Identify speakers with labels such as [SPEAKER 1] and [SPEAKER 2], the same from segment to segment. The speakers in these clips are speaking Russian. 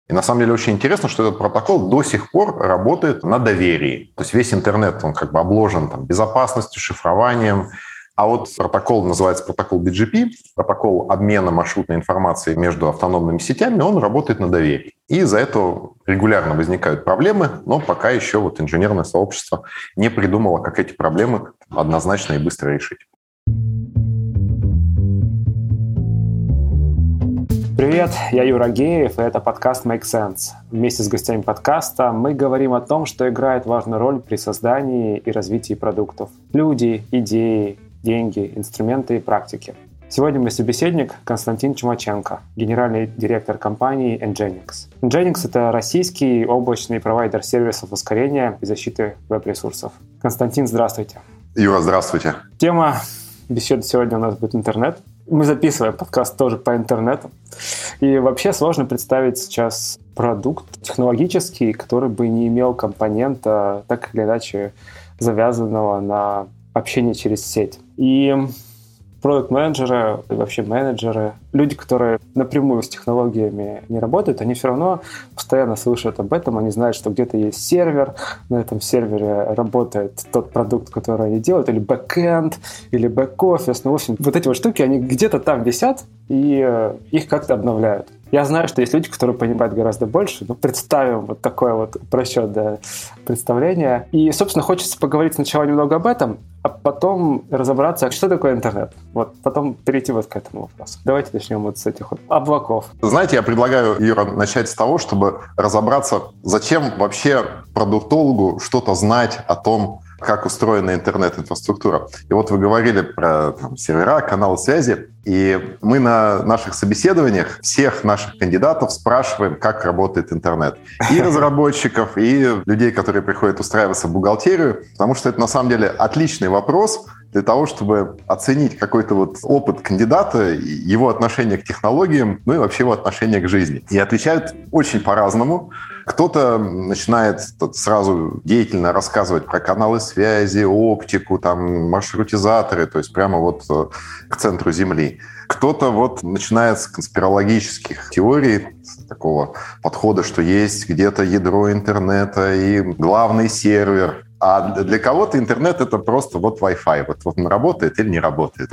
[SPEAKER 1] И на самом деле очень интересно, что этот протокол до сих пор работает на доверии. То есть весь интернет, он как бы обложен там безопасностью, шифрованием. А вот протокол называется протокол BGP, протокол обмена маршрутной информацией между автономными сетями, он работает на доверии. И из-за этого регулярно возникают проблемы, но пока еще вот инженерное сообщество не придумало, как эти проблемы однозначно и быстро решить.
[SPEAKER 2] Привет, я Юра Геев, и это подкаст Make Sense. Вместе с гостями подкаста мы говорим о том, что играет важную роль при создании и развитии продуктов. Люди, идеи, деньги, инструменты и практики. Сегодня мой собеседник Константин Чумаченко, генеральный директор компании Nginx. Nginx — это российский облачный провайдер сервисов ускорения и защиты веб-ресурсов. Константин, здравствуйте.
[SPEAKER 1] Юра, здравствуйте.
[SPEAKER 2] Тема беседы сегодня у нас будет интернет. Мы записываем подкаст тоже по интернету. И вообще сложно представить сейчас продукт технологический, который бы не имел компонента, так или иначе, завязанного на общение через сеть. И продакт-менеджеры, и вообще менеджеры, люди, которые напрямую с технологиями не работают, они все равно постоянно слышат об этом, они знают, что где-то есть сервер, на этом сервере работает тот продукт, который они делают, или бэкэнд, или бэк-офис. Ну, в общем, вот эти вот штуки, они где-то там висят, и их как-то обновляют. Я знаю, что есть люди, которые понимают гораздо больше, но представим вот такое вот упрощенное представление. И, собственно, хочется поговорить сначала немного об этом, а потом разобраться, что такое интернет. Вот, потом перейти вот к этому вопросу. Давайте начнем вот с этих вот облаков.
[SPEAKER 1] Знаете, я предлагаю, Юра, начать с того, чтобы разобраться, зачем вообще продуктологу что-то знать о том, как устроена интернет-инфраструктура. И вот вы говорили про сервера, каналы связи, и мы на наших собеседованиях всех наших кандидатов спрашиваем, как работает интернет. И разработчиков, и людей, которые приходят устраиваться в бухгалтерию, потому что это на самом деле отличный вопрос для того, чтобы оценить какой-то вот опыт кандидата, его отношение к технологиям, ну и вообще его отношение к жизни. И отвечают очень по-разному. Кто-то начинает сразу деятельно рассказывать про каналы связи, оптику, там, маршрутизаторы, то есть прямо вот к центру Земли. Кто-то вот начинает с конспирологических теорий, с такого подхода, что есть где-то ядро интернета и главный сервер. А для кого-то интернет — это просто вот Wi-Fi. Вот он работает или не работает.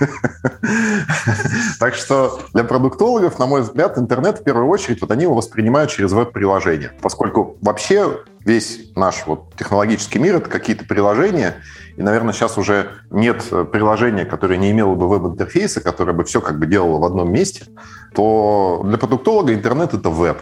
[SPEAKER 1] Так что для продуктологов, на мой взгляд, интернет в первую очередь, вот они его воспринимают через веб-приложения. Поскольку вообще весь наш вот технологический мир — это какие-то приложения, и, наверное, сейчас уже нет приложения, которое не имело бы веб-интерфейса, которое бы все как бы делало в одном месте, то для продуктолога интернет — это веб.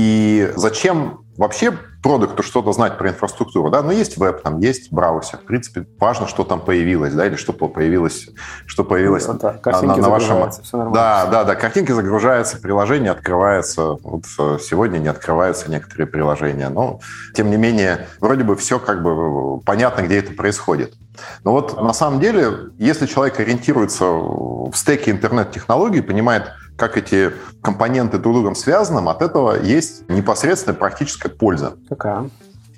[SPEAKER 1] И зачем вообще продукту что-то знать про инфраструктуру? Да? Ну, есть веб, там есть браузер. В принципе, важно, что там появилось, да, или что появилось
[SPEAKER 2] вот, да, на вашем...
[SPEAKER 1] Да, картинки загружаются, приложение открывается. Вот сегодня не открываются некоторые приложения. Но, тем не менее, вроде бы все как бы понятно, где это происходит. Но вот на самом деле, если человек ориентируется в стеке интернет-технологий, понимает, как эти компоненты друг с другом связаны, от этого есть непосредственная практическая польза.
[SPEAKER 2] Какая?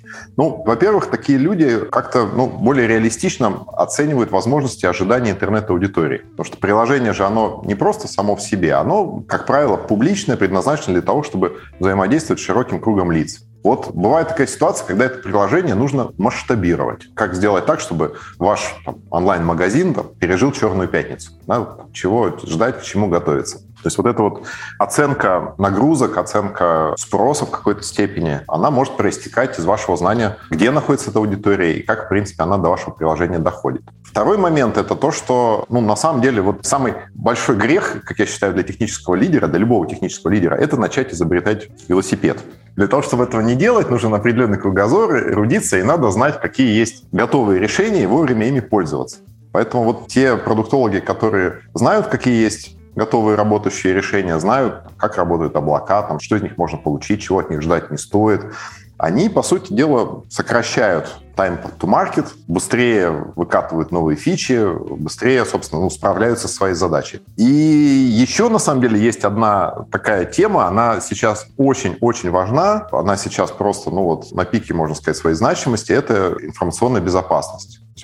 [SPEAKER 1] Ну, во-первых, такие люди как-то более реалистично оценивают возможности ожидания интернет-аудитории. Потому что приложение же, оно не просто само в себе, оно, как правило, публичное, предназначено для того, чтобы взаимодействовать с широким кругом лиц. Вот бывает такая ситуация, когда это приложение нужно масштабировать. Как сделать так, чтобы ваш онлайн-магазин пережил Черную пятницу? Да? Чего ждать, к чему готовиться? То есть вот эта вот оценка нагрузок, оценка спроса в какой-то степени, она может проистекать из вашего знания, где находится эта аудитория и как, в принципе, она до вашего приложения доходит. Второй момент — это то, что, на самом деле, вот самый большой грех, как я считаю, для технического лидера, для любого технического лидера, это начать изобретать велосипед. Для того, чтобы этого не делать, нужен определенный кругозор, эрудиция, и надо знать, какие есть готовые решения, и вовремя ими пользоваться. Поэтому вот те продуктологи, которые знают, какие есть готовые работающие решения, знают, как работают облака, что из них можно получить, чего от них ждать не стоит, они, по сути дела, сокращают time to market, быстрее выкатывают новые фичи, быстрее, собственно, справляются со своей задачей. И еще, на самом деле, есть одна такая тема, она сейчас очень-очень важна, она сейчас просто, на пике, можно сказать, своей значимости, это информационная безопасность.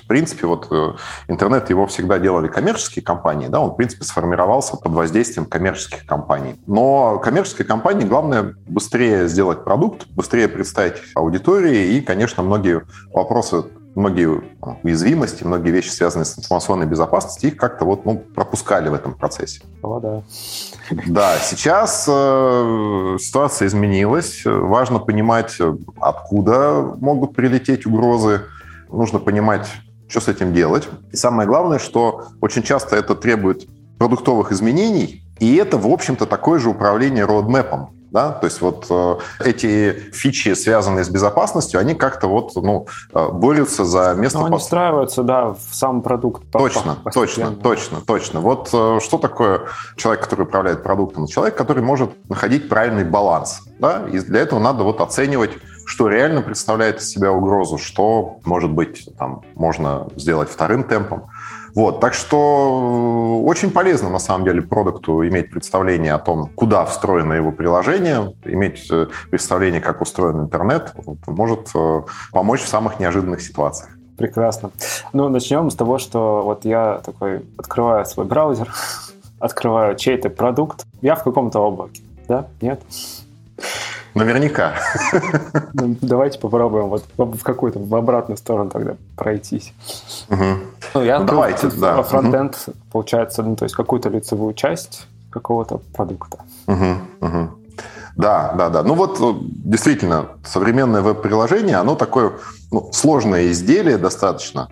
[SPEAKER 1] принципе, вот интернет его всегда делали коммерческие компании, да, он, в принципе, сформировался под воздействием коммерческих компаний. Но коммерческой компании главное быстрее сделать продукт, быстрее представить аудитории, и, конечно, многие вопросы, многие уязвимости, многие вещи, связанные с информационной безопасностью, их как-то вот, пропускали в этом процессе.
[SPEAKER 2] О, да.
[SPEAKER 1] Да, сейчас ситуация изменилась. Важно понимать, откуда могут прилететь угрозы. Нужно понимать, что с этим делать. И самое главное, что очень часто это требует продуктовых изменений, и это, в общем-то, такое же управление роудмэпом. Да? То есть вот эти фичи, связанные с безопасностью, они как-то вот, борются за место...
[SPEAKER 2] Они встраиваются, да, в сам продукт.
[SPEAKER 1] Точно. Вот что такое человек, который управляет продуктом? Человек, который может находить правильный баланс. Да? И для этого надо вот оценивать, что реально представляет из себя угрозу, что, может быть, там, можно сделать вторым темпом. Вот, так что очень полезно, на самом деле, продукту иметь представление о том, куда встроено его приложение, иметь представление, как устроен интернет, может помочь в самых неожиданных ситуациях.
[SPEAKER 2] Прекрасно. Начнем с того, что вот я такой открываю свой браузер, открываю чей-то продукт, я в каком-то облаке, да? Нет?
[SPEAKER 1] Наверняка.
[SPEAKER 2] Давайте попробуем вот в какую-то, в обратную сторону тогда пройтись.
[SPEAKER 1] Угу.
[SPEAKER 2] Я
[SPEAKER 1] давайте, да.
[SPEAKER 2] Фронтенд, получается, то есть какую-то лицевую часть какого-то продукта.
[SPEAKER 1] Да. Действительно, современное веб-приложение, оно такое сложное изделие достаточно.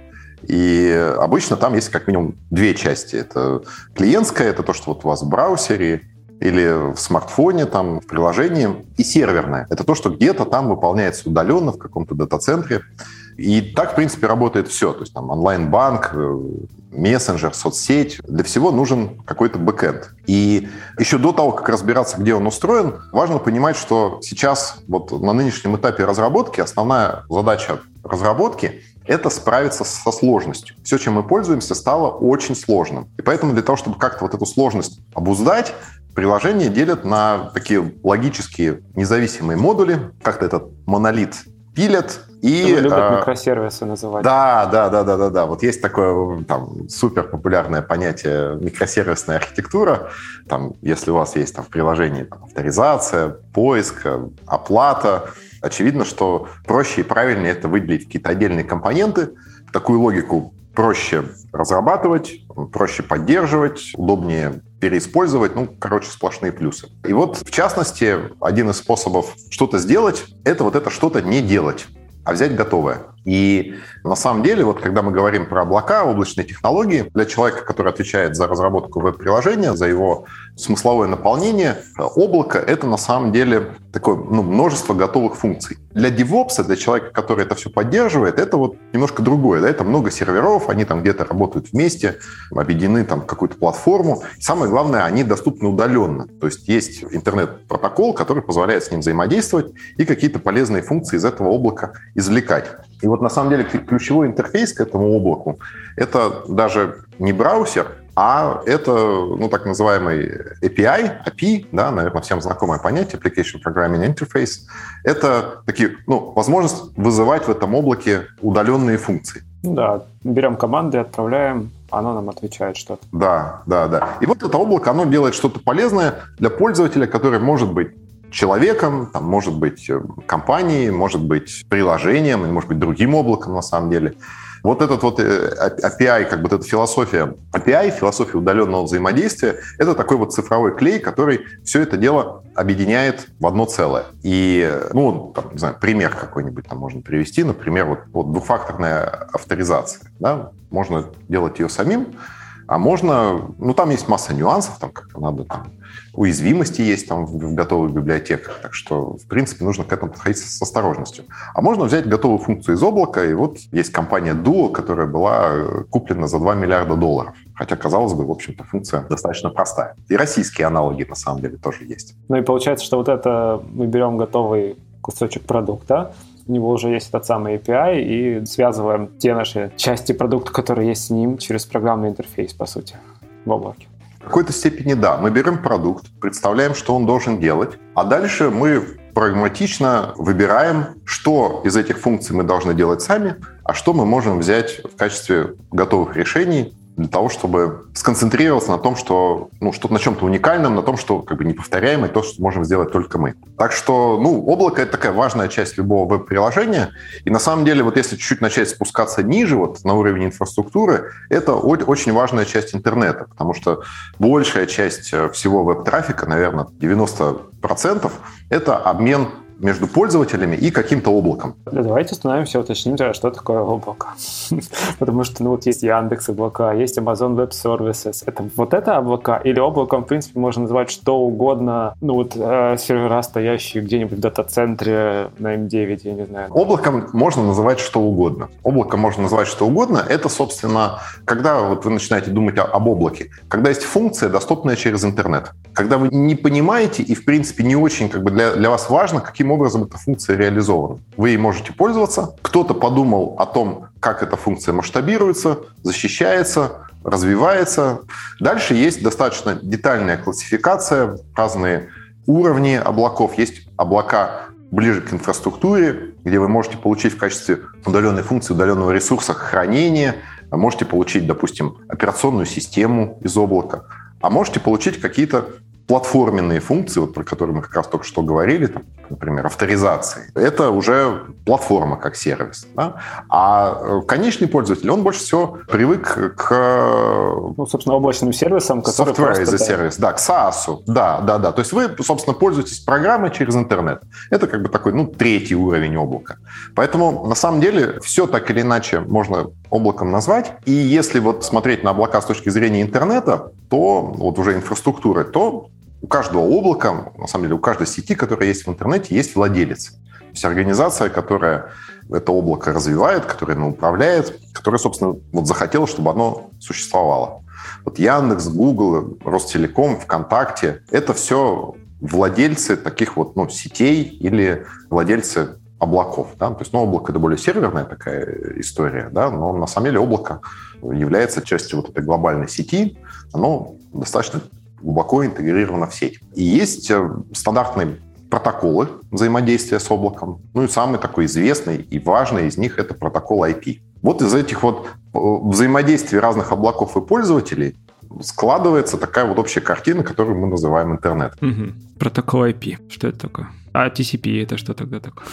[SPEAKER 1] И обычно там есть как минимум две части. Это клиентская, это то, что вот у вас в браузере, или в смартфоне, там, в приложении, и серверное. Это то, что где-то там выполняется удаленно в каком-то дата-центре. И так, в принципе, работает все. То есть там онлайн-банк, мессенджер, соцсеть. Для всего нужен какой-то бэкэнд. И еще до того, как разбираться, где он устроен, важно понимать, что сейчас вот на нынешнем этапе разработки основная задача разработки — это справиться со сложностью. Все, чем мы пользуемся, стало очень сложным. И поэтому для того, чтобы как-то вот эту сложность обуздать, приложения делят на такие логические независимые модули, как-то этот монолит пилят. И
[SPEAKER 2] любят микросервисы называть.
[SPEAKER 1] Да. Вот есть такое там супер популярное понятие микросервисная архитектура. Там, если у вас есть там в приложении там, авторизация, поиск, оплата, очевидно, что проще и правильнее это выделить какие-то отдельные компоненты. Такую логику проще разрабатывать, проще поддерживать, удобнее переиспользовать, сплошные плюсы. И вот, в частности, один из способов что-то сделать — это вот это что-то не делать, а взять готовое. И на самом деле, вот когда мы говорим про облака, облачные технологии, для человека, который отвечает за разработку веб-приложения, за его смысловое наполнение, облако — это на самом деле такое множество готовых функций. Для DevOps, для человека, который это все поддерживает, это вот немножко другое. Да? Это много серверов, они там где-то работают вместе, объединены там в какую-то платформу. И самое главное, они доступны удаленно. То есть есть интернет-протокол, который позволяет с ним взаимодействовать и какие-то полезные функции из этого облака извлекать. И вот на самом деле ключевой интерфейс к этому облаку — это даже не браузер, а это, так называемый API, да, наверное, всем знакомое понятие, Application Programming Interface. Это такие, возможность вызывать в этом облаке удаленные функции.
[SPEAKER 2] Да, берем команды, отправляем, оно нам отвечает что-то.
[SPEAKER 1] Да. И вот это облако, оно делает что-то полезное для пользователя, который может быть человеком, там, может быть компанией, может быть приложением, или может быть другим облаком на самом деле. Вот этот вот API, как бы вот эта философия API, философия удаленного взаимодействия, это такой вот цифровой клей, который все это дело объединяет в одно целое. И, не знаю, пример какой-нибудь там можно привести. Например, вот двухфакторная авторизация. Да? Можно делать ее самим, а можно, там есть масса нюансов, там как-то надо, там, уязвимости есть там в готовых библиотеках, так что, в принципе, нужно к этому подходить с осторожностью. А можно взять готовую функцию из облака, и вот есть компания Duo, которая была куплена за $2 миллиарда. Хотя, казалось бы, в общем-то, функция достаточно простая. И российские аналоги, на самом деле, тоже есть.
[SPEAKER 2] И получается, что вот это мы берем готовый кусочек продукта, у него уже есть этот самый API, и связываем те наши части продукта, которые есть с ним, через программный интерфейс, по сути, в облаке.
[SPEAKER 1] В какой-то степени да. Мы берем продукт, представляем, что он должен делать, а дальше мы прагматично выбираем, что из этих функций мы должны делать сами, а что мы можем взять в качестве готовых решений для того, чтобы сконцентрироваться на том, что, что-то на чем-то уникальном, на том, что неповторяемое, то, что можем сделать только мы. Так что, облако — это такая важная часть любого веб-приложения. И на самом деле, если чуть-чуть начать спускаться ниже, на уровень инфраструктуры, это очень важная часть интернета, потому что большая часть всего веб-трафика, наверное, 90%, это обмен между пользователями и каким-то облаком.
[SPEAKER 2] Давайте остановимся, уточним, что такое облако. Потому что есть Яндекс облака, есть Amazon Web Services. Это облака? Или облаком, в принципе, можно назвать что угодно, сервера, стоящие где-нибудь в дата-центре на M9, я не знаю.
[SPEAKER 1] Облаком можно называть что угодно. Облаком можно назвать что угодно. Это, собственно, когда вы начинаете думать об облаке, когда есть функция, доступная через интернет. Когда вы не понимаете и, в принципе, не очень для вас важно, каким образом эта функция реализована. Вы ей можете пользоваться. Кто-то подумал о том, как эта функция масштабируется, защищается, развивается. Дальше есть достаточно детальная классификация, разные уровни облаков. Есть облака ближе к инфраструктуре, где вы можете получить в качестве удаленной функции, удаленного ресурса хранение, можете получить, допустим, операционную систему из облака, а можете получить какие-то платформенные функции, про которые мы как раз только что говорили, например, авторизации. Это уже платформа как сервис. Да? А конечный пользователь, он больше всего привык к...
[SPEAKER 2] собственно, облачным сервисам, которые
[SPEAKER 1] Software as a service, да, к SaaS. Да. То есть вы, собственно, пользуетесь программой через интернет. Это такой, третий уровень облака. Поэтому, на самом деле, все так или иначе можно облаком назвать. И если смотреть на облака с точки зрения интернета, то уже инфраструктуры, то у каждого облака, на самом деле у каждой сети, которая есть в интернете, есть владелец. То есть организация, которая это облако развивает, которая оно управляет, которая, собственно, захотела, чтобы оно существовало. Яндекс, Google, Ростелеком, ВКонтакте — это все владельцы таких сетей или владельцы облаков. Да? То есть, облако — это более серверная такая история, да? Но на самом деле облако является частью этой глобальной сети. Оно достаточно глубоко интегрировано в сеть. И есть стандартные протоколы взаимодействия с облаком. И самый такой известный и важный из них — это протокол IP. Из этих взаимодействий разных облаков и пользователей складывается такая общая картина, которую мы называем интернет.
[SPEAKER 3] Протокол IP. Что это такое? А TCP это что тогда такое?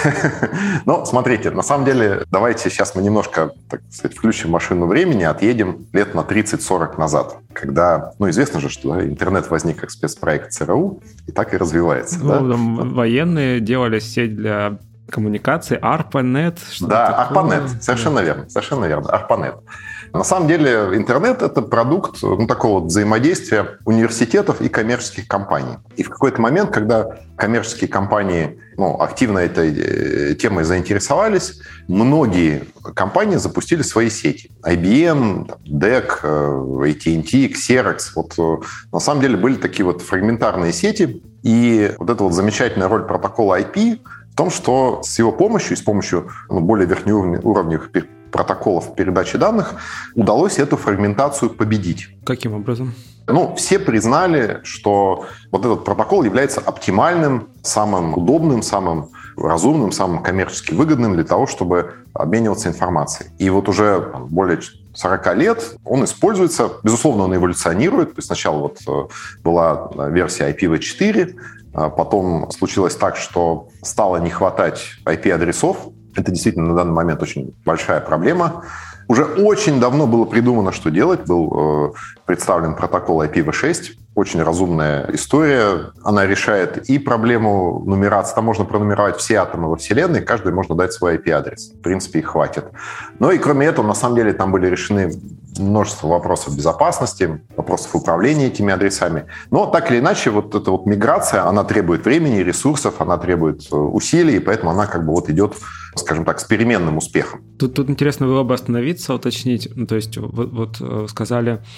[SPEAKER 1] Смотрите, на самом деле, давайте сейчас мы немножко, так сказать, включим машину времени, отъедем лет на 30-40 назад, когда, известно же, что интернет возник как спецпроект ЦРУ, и так и развивается.
[SPEAKER 3] Военные делали сеть для коммуникации, ARPANET.
[SPEAKER 1] Да, ARPANET, совершенно верно, ARPANET. На самом деле интернет — это продукт такого взаимодействия университетов и коммерческих компаний. И в какой-то момент, когда коммерческие компании активно этой темой заинтересовались, многие компании запустили свои сети. IBM, DEC, AT&T, Xerox. На самом деле были такие фрагментарные сети. И эта замечательная роль протокола IP в том, что с его помощью, и с помощью более верхнеуровневых протоколов передачи данных, удалось эту фрагментацию победить.
[SPEAKER 3] Каким образом?
[SPEAKER 1] Все признали, что этот протокол является оптимальным, самым удобным, самым разумным, самым коммерчески выгодным для того, чтобы обмениваться информацией. И уже более 40 лет он используется. Безусловно, он эволюционирует. То есть сначала была версия IPv4, потом случилось так, что стало не хватать IP-адресов. Это действительно на данный момент очень большая проблема. Уже очень давно было придумано, что делать. Был представлен протокол IPv6. Очень разумная история. Она решает и проблему нумерации. Там можно пронумеровать все атомы во Вселенной, каждый можно дать свой IP-адрес. В принципе, их хватит. И кроме этого, на самом деле, там были решены множество вопросов безопасности, вопросов управления этими адресами. Но так или иначе, эта миграция, она требует времени, ресурсов, она требует усилий, и поэтому она идет, скажем так, с переменным успехом.
[SPEAKER 3] Тут интересно было бы остановиться, уточнить. То есть сказали,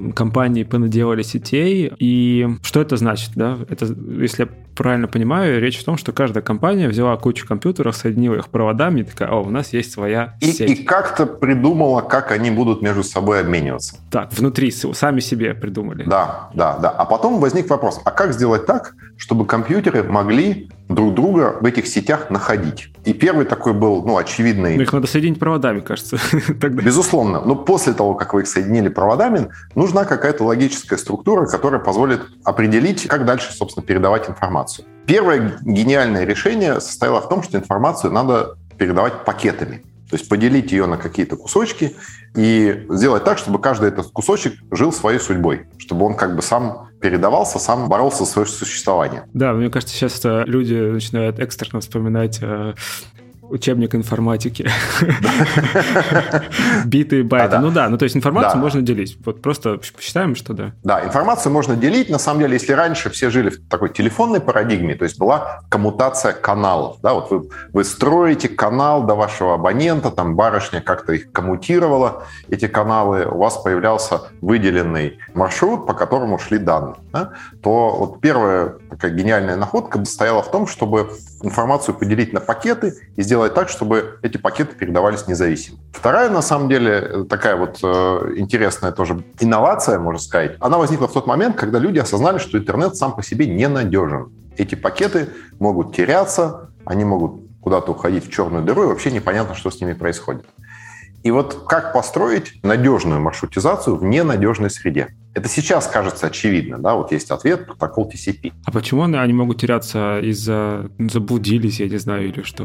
[SPEAKER 3] компании понаделали сетей. И что это значит? Да? Это, если я правильно понимаю, речь в том, что каждая компания взяла кучу компьютеров, соединила их проводами и такая, у нас есть своя сеть.
[SPEAKER 1] И как-то придумала, как они будут между собой обмениваться.
[SPEAKER 3] Так, внутри, сами себе придумали.
[SPEAKER 1] Да. А потом возник вопрос, а как сделать так, чтобы компьютеры могли друг друга в этих сетях находить? И первый такой был, очевидный...
[SPEAKER 3] Их надо соединить проводами, кажется.
[SPEAKER 1] Безусловно. Но после того, как вы их соединили проводами, нужна какая-то логическая структура, которая позволит определить, как дальше, собственно, передавать информацию. Первое гениальное решение состояло в том, что информацию надо передавать пакетами. То есть поделить ее на какие-то кусочки и сделать так, чтобы каждый этот кусочек жил своей судьбой, чтобы он как бы сам передавался, сам боролся за свое существование.
[SPEAKER 3] Да, мне кажется, сейчас люди начинают экстренно вспоминать учебник информатики. Биты и байты. То есть информацию можно делить. Вот просто посчитаем, что да.
[SPEAKER 1] Да, информацию можно делить. На самом деле, если раньше все жили в такой телефонной парадигме, то есть была коммутация каналов. Да, вот вы строите канал до вашего абонента, там барышня как-то их коммутировала, эти каналы, у вас появлялся выделенный маршрут, по которому шли данные. Да, то вот первая такая гениальная находка состояла в том, чтобы информацию поделить на пакеты и сделать так, чтобы эти пакеты передавались независимо. Вторая, на самом деле, такая вот интересная тоже инновация, можно сказать, она возникла в тот момент, когда люди осознали, что интернет сам по себе ненадежен. Эти пакеты могут теряться, они могут куда-то уходить в черную дыру, и вообще непонятно, что с ними происходит. И вот как построить надежную маршрутизацию в ненадежной среде? Это сейчас кажется очевидно, да, вот есть ответ, протокол TCP.
[SPEAKER 3] А почему они могут теряться из-за заблудились, я не знаю, или что?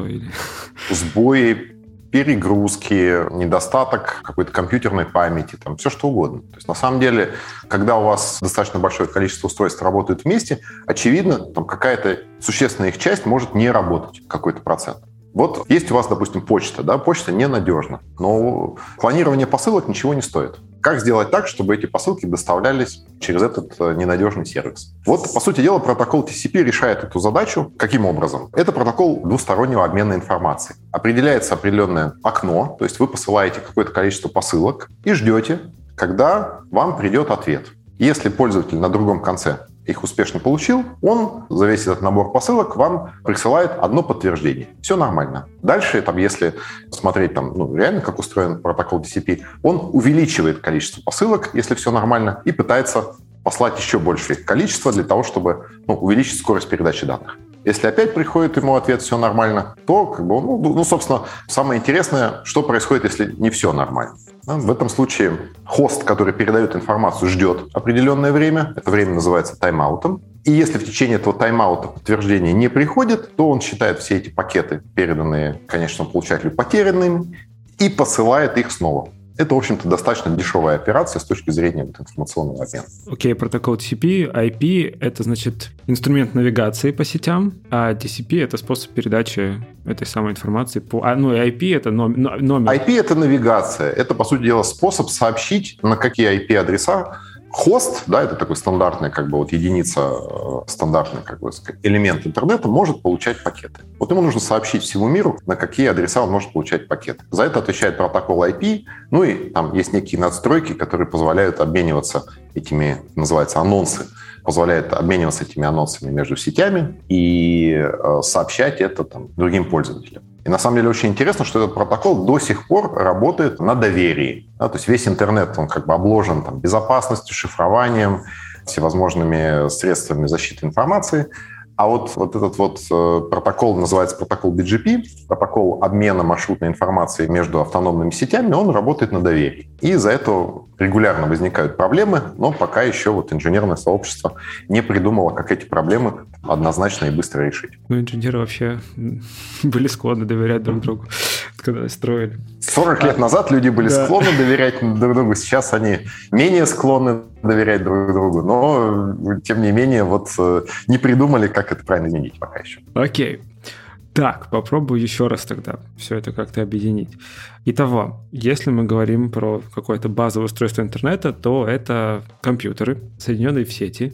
[SPEAKER 1] Сбои, перегрузки, недостаток какой-то компьютерной памяти, там все что угодно. То есть на самом деле, когда у вас достаточно большое количество устройств работают вместе, очевидно, там какая-то существенная их часть может не работать, какой-то процент. Вот есть у вас, допустим, почта, да, почта ненадежна, но клонирование посылок ничего не стоит. Как сделать так, чтобы эти посылки доставлялись через этот ненадежный сервис? Вот, по сути дела, протокол TCP решает эту задачу. Каким образом? Это протокол двустороннего обмена информацией. Определяется определенное окно, то есть вы посылаете какое-то количество посылок и ждете, когда вам придет ответ. Если пользователь на другом конце их успешно получил, он за весь этот набор посылок вам присылает одно подтверждение. Все нормально. Дальше, если смотреть реально, как устроен протокол TCP, он увеличивает количество посылок, если все нормально, и пытается послать еще большее количество для того, чтобы увеличить скорость передачи данных. Если опять приходит ему ответ «все нормально», то, собственно, самое интересное, что происходит, если не все нормально. В этом случае хост, который передает информацию, ждет определенное время. Это время называется тайм-аутом. И если в течение этого тайм-аута подтверждение не приходит, то он считает все эти пакеты, переданные конечному получателю, потерянными, и посылает их снова. Это, в общем-то, достаточно дешевая операция с точки зрения информационного обмена.
[SPEAKER 3] Окей, протокол TCP, IP — это, значит, инструмент навигации по сетям, а TCP — это способ передачи этой самой информации. IP — это номер.
[SPEAKER 1] IP — это навигация. Это, по сути дела, способ сообщить, на какие IP-адреса хост, да, это такой стандартный, единица, стандартный, элемент интернета, может получать пакеты. Вот ему нужно сообщить всему миру, на какие адреса он может получать пакеты. За это отвечает протокол IP, и там есть некие надстройки, которые позволяют обмениваться этими, называется, анонсы, позволяет обмениваться этими анонсами между сетями и сообщать это другим пользователям. И на самом деле очень интересно, что этот протокол до сих пор работает на доверии. Да, то есть весь интернет, он обложен безопасностью, шифрованием, всевозможными средствами защиты информации. А вот этот протокол называется протокол BGP, протокол обмена маршрутной информацией между автономными сетями, он работает на доверии. И из-за этого регулярно возникают проблемы, но пока еще инженерное сообщество не придумало, как эти проблемы однозначно и быстро решить.
[SPEAKER 3] Инженеры вообще были склонны доверять друг другу, когда строили.
[SPEAKER 1] 40 лет назад люди были склонны доверять друг другу, сейчас они менее склонны доверять друг другу, но, тем не менее, не придумали, как это правильно изменить пока еще.
[SPEAKER 3] Окей. Так, попробую еще раз тогда все это как-то объединить. Итого, если мы говорим про какое-то базовое устройство интернета, то это компьютеры, соединенные в сети,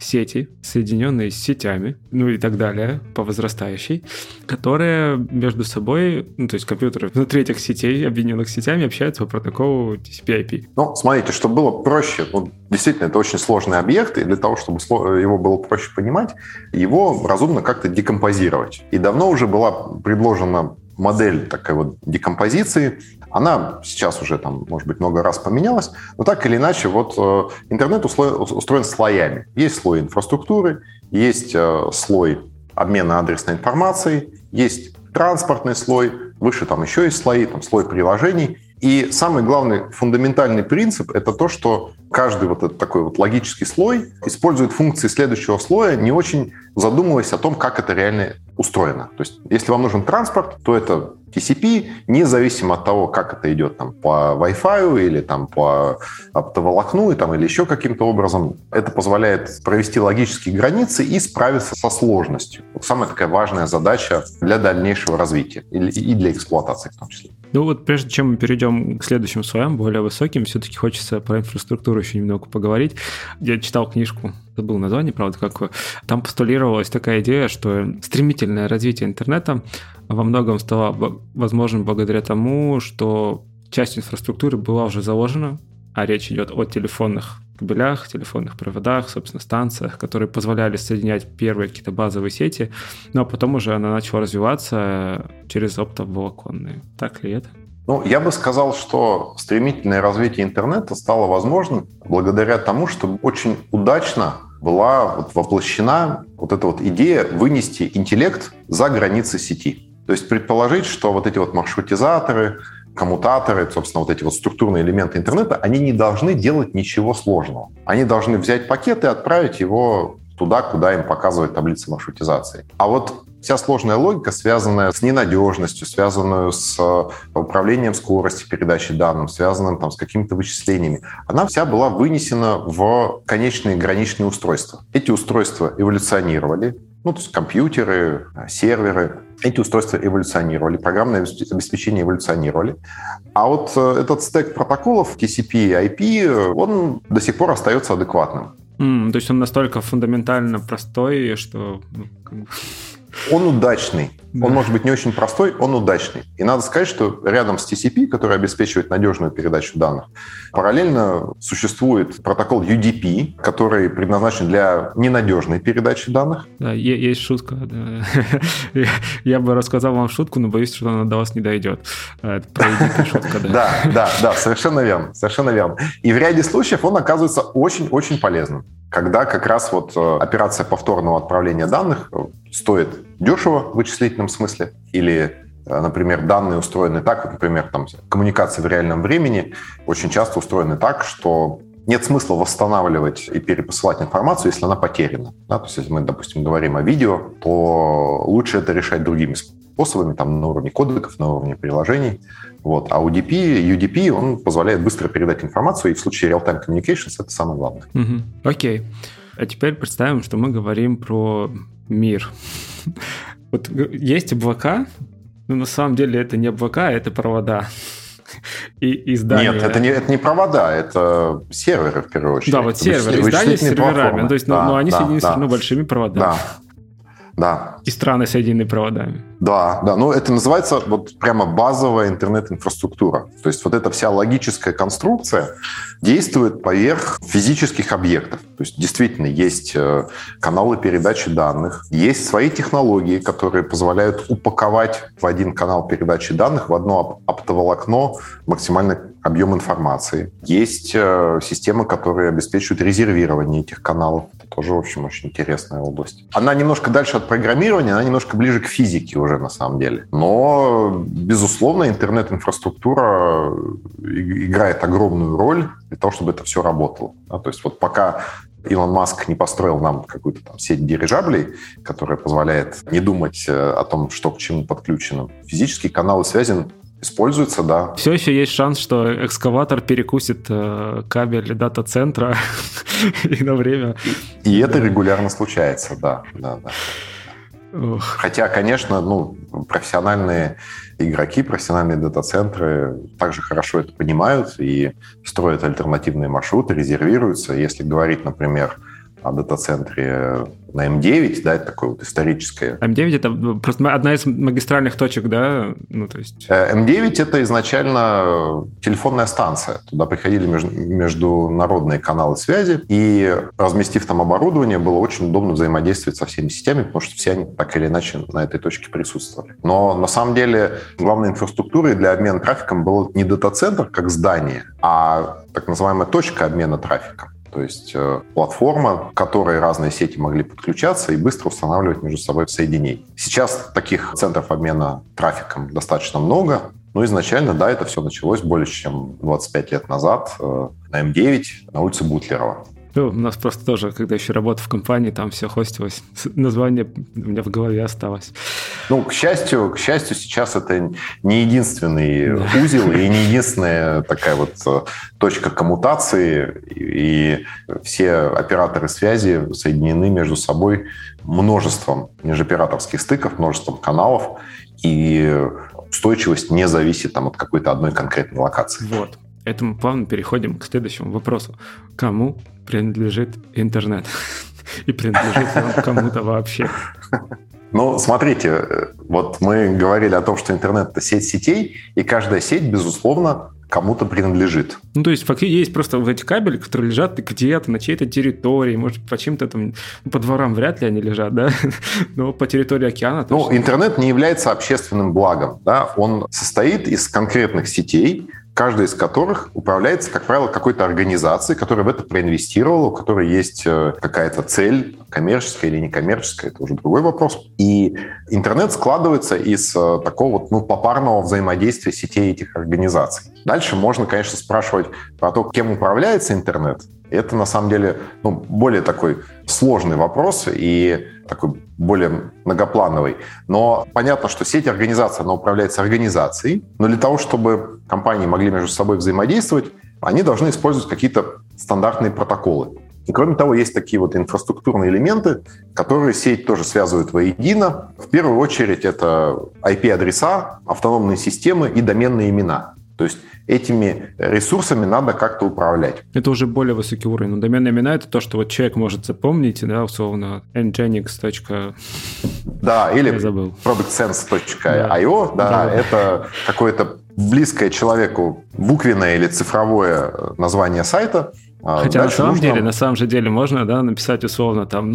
[SPEAKER 3] соединенные с сетями, ну и так далее, по возрастающей, которые между собой, то есть компьютеры внутри этих сетей, объединенных сетями, общаются по протоколу TCP/IP.
[SPEAKER 1] Ну, смотрите, чтобы было проще, действительно, это очень сложный объект, и для того, чтобы его было проще понимать, его разумно как-то декомпозировать. И давно уже была предложена модель такой вот декомпозиции. Она сейчас уже, может быть, много раз поменялась, но так или иначе, интернет устроен слоями. Есть слой инфраструктуры, есть слой обмена адресной информацией, есть транспортный слой, выше еще есть слои, слой приложений. И самый главный фундаментальный принцип — это то, что каждый этот такой логический слой использует функции следующего слоя, не очень задумываясь о том, как это реально устроено. То есть, если вам нужен транспорт, то это TCP, независимо от того, как это идет по Wi-Fi или по оптоволокну или еще каким-то образом. Это позволяет провести логические границы и справиться со сложностью. Самая такая важная задача для дальнейшего развития и для эксплуатации в том числе.
[SPEAKER 3] Прежде чем мы перейдем к следующим слоям, более высоким, все-таки хочется про инфраструктуру еще немного поговорить. Я читал книжку, забыл название, правда, какое. Там постулировалась такая идея, что стремительное развитие интернета во многом стало возможным благодаря тому, что часть инфраструктуры была уже заложена, а речь идет о телефонных кабелях, телефонных проводах, собственно, станциях, которые позволяли соединять первые какие-то базовые сети, но потом уже она начала развиваться через оптоволоконные. Так ли это?
[SPEAKER 1] Я бы сказал, что стремительное развитие интернета стало возможным благодаря тому, что очень удачно была воплощена эта идея вынести интеллект за границы сети. То есть предположить, что эти маршрутизаторы, коммутаторы, собственно, эти структурные элементы интернета, они не должны делать ничего сложного. Они должны взять пакет и отправить его туда, куда им показывает таблица маршрутизации. А вся сложная логика, связанная с ненадежностью, связанная с управлением скоростью передачи данных, связанная с какими-то вычислениями, она вся была вынесена в конечные граничные устройства. Эти устройства эволюционировали, то есть компьютеры, серверы. Эти устройства эволюционировали, программное обеспечение эволюционировали. А этот стек протоколов TCP и IP, он до сих пор остается адекватным.
[SPEAKER 3] То есть он настолько фундаментально простой, что...
[SPEAKER 1] Он удачный. Да. Он может быть не очень простой, он удачный. И надо сказать, что рядом с TCP, который обеспечивает надежную передачу данных, параллельно существует протокол UDP, который предназначен для ненадежной передачи данных.
[SPEAKER 3] Да, есть шутка. Да. Я бы рассказал вам шутку, но боюсь, что она до вас не дойдет. Про UDP шутка, да.
[SPEAKER 1] Да, совершенно верно. Совершенно верно. И в ряде случаев он оказывается очень-очень полезным. Когда как раз операция повторного отправления данных стоит дешево в вычислительном смысле, или, например, данные устроены так, например, коммуникации в реальном времени очень часто устроены так, что нет смысла восстанавливать и перепосылать информацию, если она потеряна. То есть, если мы, допустим, говорим о видео, то лучше это решать другими способами, на уровне кодеков, на уровне приложений. А UDP, он позволяет быстро передать информацию, и в случае real-time communications это самое главное.
[SPEAKER 3] Окей. А теперь представим, что мы говорим про мир. Есть облака, но на самом деле это не облака, это провода. И здания.
[SPEAKER 1] Нет, это не провода, это серверы, в первую очередь.
[SPEAKER 3] Да, серверы, здания с серверами. То есть, они соединены с большими проводами.
[SPEAKER 1] Да.
[SPEAKER 3] И страны соединены проводами.
[SPEAKER 1] Да. Это называется прямо базовая интернет-инфраструктура. То есть эта вся логическая конструкция действует поверх физических объектов. То есть действительно есть каналы передачи данных, есть свои технологии, которые позволяют упаковать в один канал передачи данных, в одно оптоволокно максимальный объем информации. Есть системы, которые обеспечивают резервирование этих каналов. Это тоже, в общем, очень интересная область. Она немножко дальше от программирования, она немножко ближе к физике уже на самом деле. Но, безусловно, интернет-инфраструктура играет огромную роль для того, чтобы это все работало. То есть пока Илон Маск не построил нам какую-то сеть дирижаблей, которая позволяет не думать о том, что к чему подключено, физические каналы связи используется, да.
[SPEAKER 3] Все еще есть шанс, что экскаватор перекусит кабель дата-центра и на время.
[SPEAKER 1] И это регулярно случается, да. Хотя, конечно, профессиональные игроки, профессиональные дата-центры также хорошо это понимают и строят альтернативные маршруты, резервируются. Если говорить, например, о дата-центре на М9, да, это такое вот историческое.
[SPEAKER 3] М9 — это просто одна из магистральных точек, да?
[SPEAKER 1] М9 — это изначально телефонная станция. Туда приходили международные каналы связи, и, разместив там оборудование, было очень удобно взаимодействовать со всеми сетями, потому что все они так или иначе на этой точке присутствовали. Но на самом деле главной инфраструктурой для обмена трафиком был не дата-центр как здание, а так называемая точка обмена трафиком. То есть платформа, к которой разные сети могли подключаться и быстро устанавливать между собой соединения. Сейчас таких центров обмена трафиком достаточно много. Но изначально, да, это все началось более чем 25 лет назад на М9 на улице Бутлерова.
[SPEAKER 3] У нас просто тоже, когда еще работал в компании, там все хостилось. Название у меня в голове осталось.
[SPEAKER 1] К счастью, сейчас это не единственный узел и не единственная такая вот точка коммутации. И все операторы связи соединены между собой множеством межоператорских стыков, множеством каналов. И устойчивость не зависит от какой-то одной конкретной локации.
[SPEAKER 3] Вот. Поэтому плавно переходим к следующему вопросу. Кому принадлежит интернет? И принадлежит ли он кому-то вообще?
[SPEAKER 1] Смотрите, вот мы говорили о том, что интернет — это сеть сетей, и каждая сеть, безусловно, кому-то принадлежит.
[SPEAKER 3] То есть фактически есть просто вот эти кабели, которые лежат где-то на чьей-то территории, может, по чьим-то там, по дворам вряд ли они лежат, да? Но по территории океана...
[SPEAKER 1] Интернет не является общественным благом, да? Он состоит из конкретных сетей, каждая из которых управляется, как правило, какой-то организацией, которая в это проинвестировала, у которой есть какая-то цель, коммерческая или некоммерческая, это уже другой вопрос. И интернет складывается из такого попарного взаимодействия сетей этих организаций. Дальше можно, конечно, спрашивать про то, кем управляется интернет. Это, на самом деле, более такой сложный вопрос и такой более многоплановый. Но понятно, что сеть организации, она управляется организацией, но для того, чтобы компании могли между собой взаимодействовать, они должны использовать какие-то стандартные протоколы. И кроме того, есть такие вот инфраструктурные элементы, которые сеть тоже связывают воедино. В первую очередь это IP-адреса, автономные системы и доменные имена. То есть этими ресурсами надо как-то управлять.
[SPEAKER 3] Это уже более высокий уровень. Но доменные имена — это то, что вот человек может запомнить, да, условно, nginx.
[SPEAKER 1] Да, или productsense.io, да, это какое-то близкое человеку буквенное или цифровое название сайта.
[SPEAKER 3] Хотя на самом же деле можно, да, написать условно там,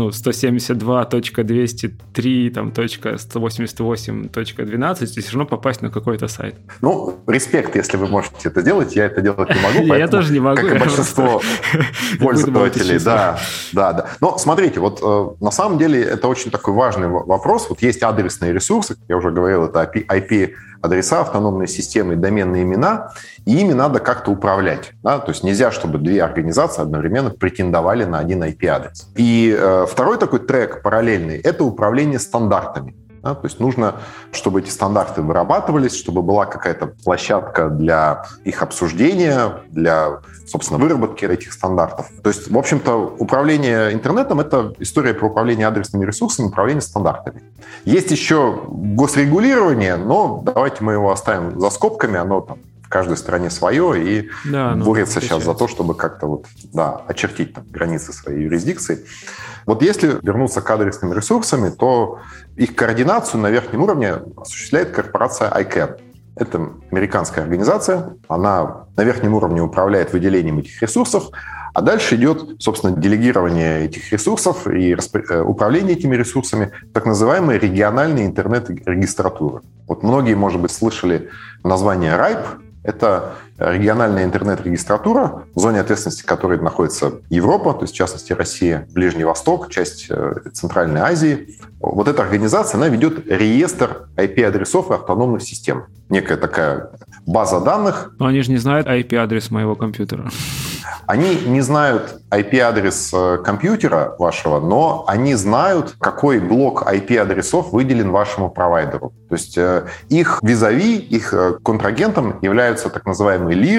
[SPEAKER 3] 172.203.188.12 и все равно попасть на какой-то сайт.
[SPEAKER 1] Респект, если вы можете это делать. Я это делать не могу.
[SPEAKER 3] Я тоже не могу.
[SPEAKER 1] Как и большинство пользователей. Да. Но смотрите, вот на самом деле это очень такой важный вопрос. Вот есть адресные ресурсы, я уже говорил, это IP-адреса, автономные системы, доменные имена, и ими надо как-то управлять. Да? То есть нельзя, чтобы две организации одновременно претендовали на один IP-адрес. И второй такой трек параллельный – это управление стандартами. Да? То есть нужно, чтобы эти стандарты вырабатывались, чтобы была какая-то площадка для их обсуждения, для, собственно, выработки этих стандартов. То есть, в общем-то, управление интернетом – это история про управление адресными ресурсами, управление стандартами. Есть еще госрегулирование, но давайте мы его оставим за скобками, оно там в каждой стране свое и борется сейчас за то, чтобы как-то очертить границы своей юрисдикции. Вот если вернуться к адресным ресурсам, то их координацию на верхнем уровне осуществляет корпорация ICANN. Это американская организация, она на верхнем уровне управляет выделением этих ресурсов, а дальше идет, собственно, делегирование этих ресурсов и управление этими ресурсами, так называемые региональные интернет-регистратуры. Вот многие, может быть, слышали название RIPE. Это региональная интернет-регистратура, в зоне ответственности которой находится Европа, то есть, в частности, Россия, Ближний Восток, часть Центральной Азии. Вот эта организация, она ведет реестр IP-адресов и автономных систем. Некая такая база данных.
[SPEAKER 3] Но они же не знают IP-адрес моего компьютера.
[SPEAKER 1] Они не знают IP-адрес компьютера вашего, но они знают, какой блок IP-адресов выделен вашему провайдеру. То есть их визави, их контрагентом являются так называемые лиры,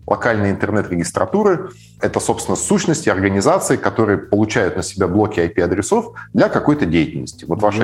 [SPEAKER 1] локальные интернет-регистратуры — это, собственно, сущности организаций, которые получают на себя блоки IP-адресов для какой-то деятельности. Вот ваш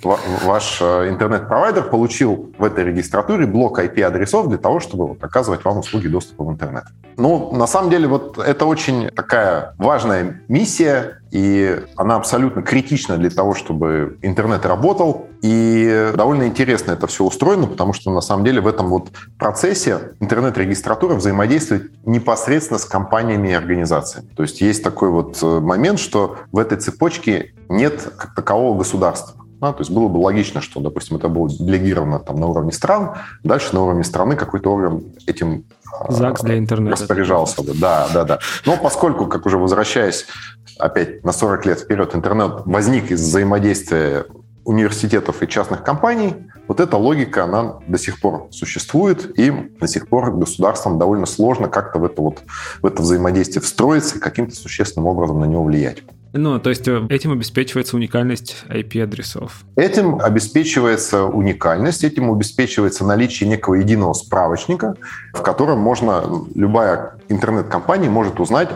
[SPEAKER 1] интернет-провайдер получил в этой регистратуре блок IP-адресов для того, чтобы оказывать вам услуги доступа в интернет. Ну, на самом деле, вот это очень такая важная миссия, и она абсолютно критична для того, чтобы интернет работал. И довольно интересно это все устроено, потому что на самом деле в этом вот процессе интернет-регистратура взаимодействует непосредственно с компаниями и организациями. То есть есть такой вот момент, что в этой цепочке нет как такового государства. То есть было бы логично, что, допустим, это было делегировано там, на уровне стран, дальше на уровне страны какой-то орган этим
[SPEAKER 3] ЗАГС для интернета
[SPEAKER 1] распоряжался бы. Да. Но поскольку, как уже возвращаясь опять на 40 лет вперед, интернет возник из взаимодействия университетов и частных компаний, вот эта логика, она до сих пор существует, и до сих пор государствам довольно сложно как-то в это взаимодействие встроиться и каким-то существенным образом на него влиять.
[SPEAKER 3] Ну, то есть этим обеспечивается уникальность IP-адресов?
[SPEAKER 1] Этим обеспечивается уникальность, этим обеспечивается наличие некого единого справочника, в котором любая интернет-компания может узнать,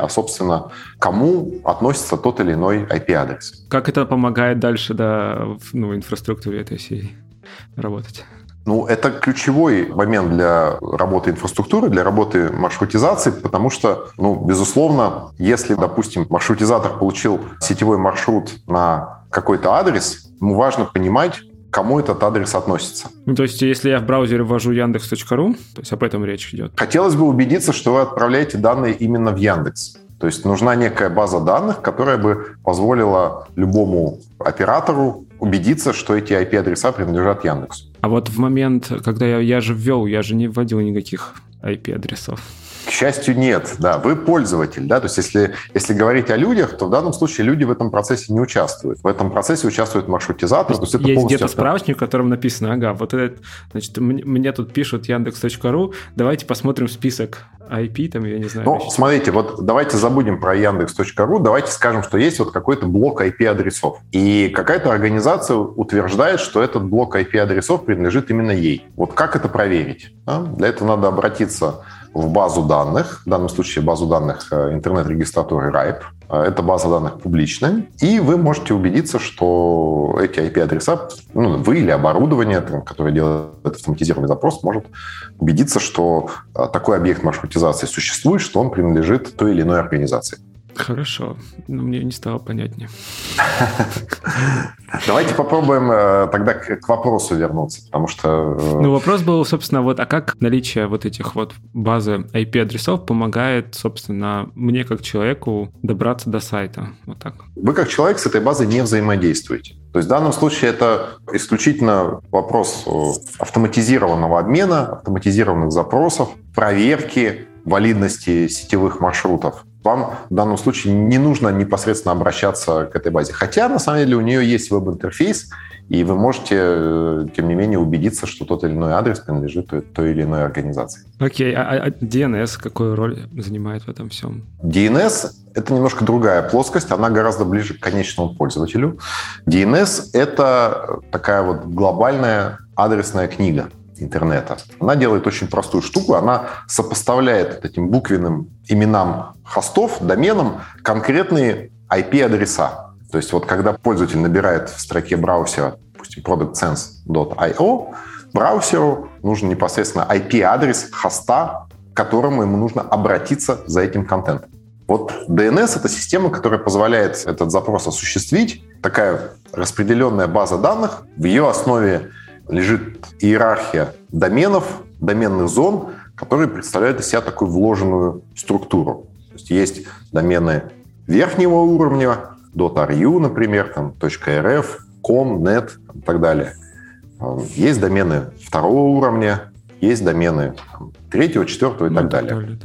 [SPEAKER 1] кому относится тот или иной IP-адрес.
[SPEAKER 3] Как это помогает дальше в инфраструктуре этой всей работать?
[SPEAKER 1] Это ключевой момент для работы инфраструктуры, для работы маршрутизации, потому что, безусловно, если, допустим, маршрутизатор получил сетевой маршрут на какой-то адрес, ему важно понимать, к кому этот адрес относится.
[SPEAKER 3] То есть, если я в браузере ввожу Яндекс.ру, то есть об этом речь идет?
[SPEAKER 1] Хотелось бы убедиться, что вы отправляете данные именно в Яндекс. То есть нужна некая база данных, которая бы позволила любому оператору убедиться, что эти IP-адреса принадлежат Яндексу.
[SPEAKER 3] А вот в момент, когда я же не вводил никаких IP-адресов.
[SPEAKER 1] К счастью, нет. Да, вы пользователь. Да? То есть если говорить о людях, то в данном случае люди в этом процессе не участвуют. В этом процессе участвует маршрутизатор.
[SPEAKER 3] То есть где-то справочник, в котором написано, вот это, значит, мне тут пишут Яндекс.ру, давайте посмотрим список IP, там, я не знаю.
[SPEAKER 1] Смотрите, вот давайте забудем про Яндекс.ру, давайте скажем, что есть вот какой-то блок IP-адресов. И какая-то организация утверждает, что этот блок IP-адресов принадлежит именно ей. Вот как это проверить? Для этого надо обратиться в базу данных, в данном случае базу данных интернет-регистратуры RIPE. Эта база данных публичная, и вы можете убедиться, что эти IP-адреса, вы или оборудование, которое делает автоматизированный запрос, может убедиться, что такой объект маршрутизации существует, что он принадлежит той или иной организации.
[SPEAKER 3] Хорошо, но мне не стало понятнее.
[SPEAKER 1] Давайте попробуем тогда к вопросу вернуться, потому что...
[SPEAKER 3] вопрос был, собственно, а как наличие вот этих вот базы IP-адресов помогает, собственно, мне как человеку добраться до сайта? Вот так.
[SPEAKER 1] Вы как человек с этой базой не взаимодействуете. То есть в данном случае это исключительно вопрос автоматизированного обмена, автоматизированных запросов, проверки валидности сетевых маршрутов. Вам в данном случае не нужно непосредственно обращаться к этой базе. Хотя, на самом деле, у нее есть веб-интерфейс, и вы можете, тем не менее, убедиться, что тот или иной адрес принадлежит той или иной организации.
[SPEAKER 3] Окей, а DNS какую роль занимает в этом всем?
[SPEAKER 1] DNS — это немножко другая плоскость, она гораздо ближе к конечному пользователю. DNS — это такая вот глобальная адресная книга интернета. Она делает очень простую штуку, она сопоставляет этим буквенным именам хостов, доменам конкретные IP-адреса. То есть вот когда пользователь набирает в строке браузера, допустим, productsense.io, браузеру нужен непосредственно IP-адрес хоста, к которому ему нужно обратиться за этим контентом. Вот DNS — это система, которая позволяет этот запрос осуществить, такая распределенная база данных, в ее основе лежит иерархия доменов, доменных зон, которые представляют из себя такую вложенную структуру. То есть домены верхнего уровня, .ru, например, .rf, .com, .net и так далее. Есть домены второго уровня, есть домены третьего, четвертого и так далее.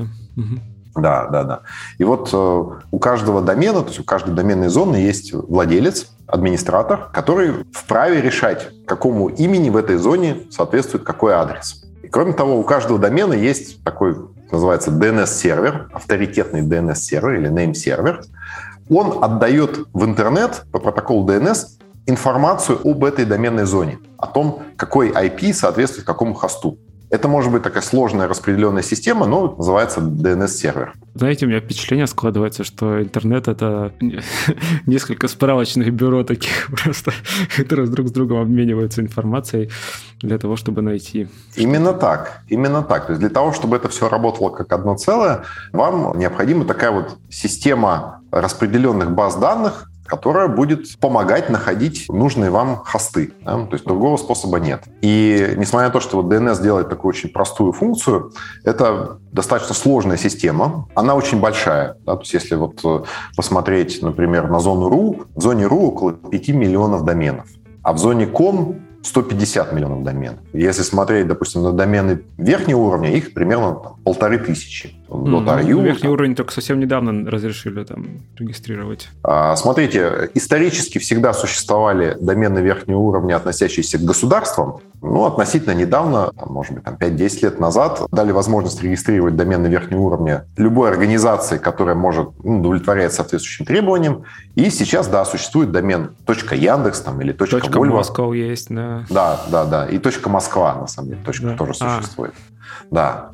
[SPEAKER 1] Да. И вот у каждого домена, то есть у каждой доменной зоны есть владелец, администратор, который вправе решать, какому имени в этой зоне соответствует какой адрес. И кроме того, у каждого домена есть такой, называется DNS-сервер, авторитетный DNS-сервер или name-сервер. Он отдает в интернет по протоколу DNS информацию об этой доменной зоне, о том, какой IP соответствует какому хосту.
[SPEAKER 3] Это
[SPEAKER 1] может быть такая сложная распределенная система, но называется DNS-сервер.
[SPEAKER 3] Знаете, у меня впечатление складывается, что интернет — это несколько справочных бюро таких просто, которые друг с другом обмениваются информацией для того, чтобы найти.
[SPEAKER 1] Именно так. То есть для того, чтобы это все работало как одно целое, вам необходима такая вот система распределенных баз данных, которая будет помогать находить нужные вам хосты. Да? То есть другого способа нет. И несмотря на то, что вот DNS делает такую очень простую функцию, это достаточно сложная система. Она очень большая. Да? То есть если вот посмотреть, например, на зону RU, в зоне RU около 5 миллионов доменов, а в зоне CON 150 миллионов доменов. Если смотреть, допустим, на домены верхнего уровня, их примерно 1500.
[SPEAKER 3] Верхний уровень только совсем недавно разрешили там регистрировать.
[SPEAKER 1] Смотрите, исторически всегда существовали домены верхнего уровня, относящиеся к государствам. Относительно недавно, может быть, 5-10 лет назад, дали возможность регистрировать домены верхнего уровня любой организации, которая может удовлетворять соответствующим требованиям. И сейчас, да, существует домен .яндекс или .вольво.
[SPEAKER 3] .москва есть, да.
[SPEAKER 1] Да. И .москва, на самом деле, тоже существует. Да.